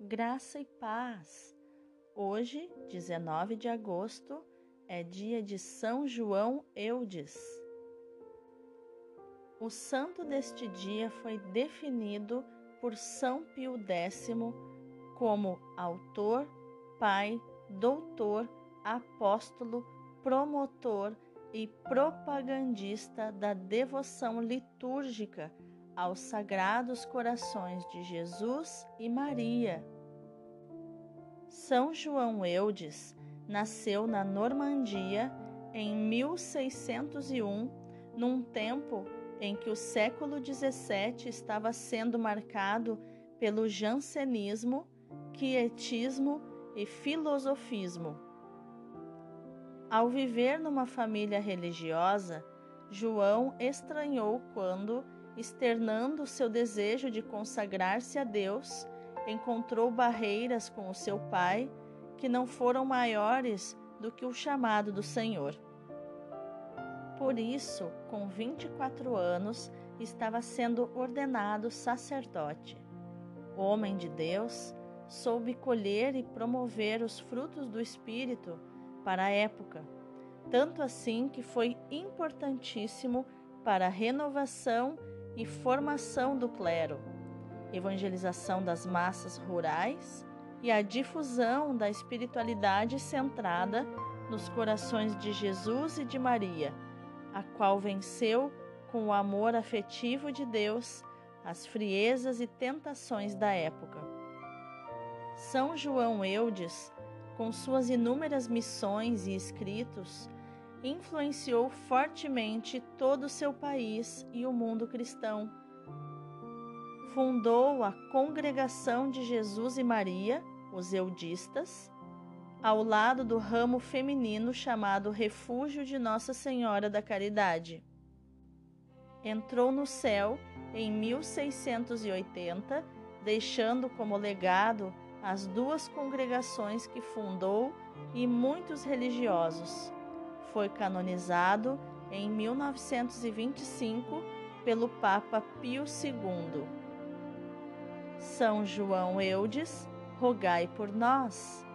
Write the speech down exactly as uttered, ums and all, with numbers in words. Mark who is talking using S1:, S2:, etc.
S1: Graça e paz. Hoje, dezenove de agosto, é dia de São João Eudes. O santo deste dia foi definido por São Pio X como autor, pai, doutor, apóstolo, promotor e propagandista da devoção litúrgica aos sagrados corações de Jesus e Maria. São João Eudes nasceu na Normandia em mil seiscentos e um, num tempo em que o século dezessete estava sendo marcado pelo jansenismo, quietismo e filosofismo. Ao viver numa família religiosa, João estranhou quando, externando seu desejo de consagrar-se a Deus, encontrou barreiras com o seu pai que não foram maiores do que o chamado do Senhor. Por isso, com vinte e quatro anos, estava sendo ordenado sacerdote. Homem de Deus, soube colher e promover os frutos do Espírito para a época, tanto assim que foi importantíssimo para a renovação e formação do clero, evangelização das massas rurais e a difusão da espiritualidade centrada nos corações de Jesus e de Maria, a qual venceu com o amor afetivo de Deus as friezas e tentações da época. São João Eudes, com suas inúmeras missões e escritos, influenciou fortemente todo o seu país e o mundo cristão. Fundou a Congregação de Jesus e Maria, os Eudistas, ao lado do ramo feminino chamado Refúgio de Nossa Senhora da Caridade. Entrou no céu em mil seiscentos e oitenta, deixando como legado as duas congregações que fundou e muitos religiosos. Foi canonizado em mil novecentos e vinte e cinco pelo Papa Pio segundo. São João Eudes, rogai por nós.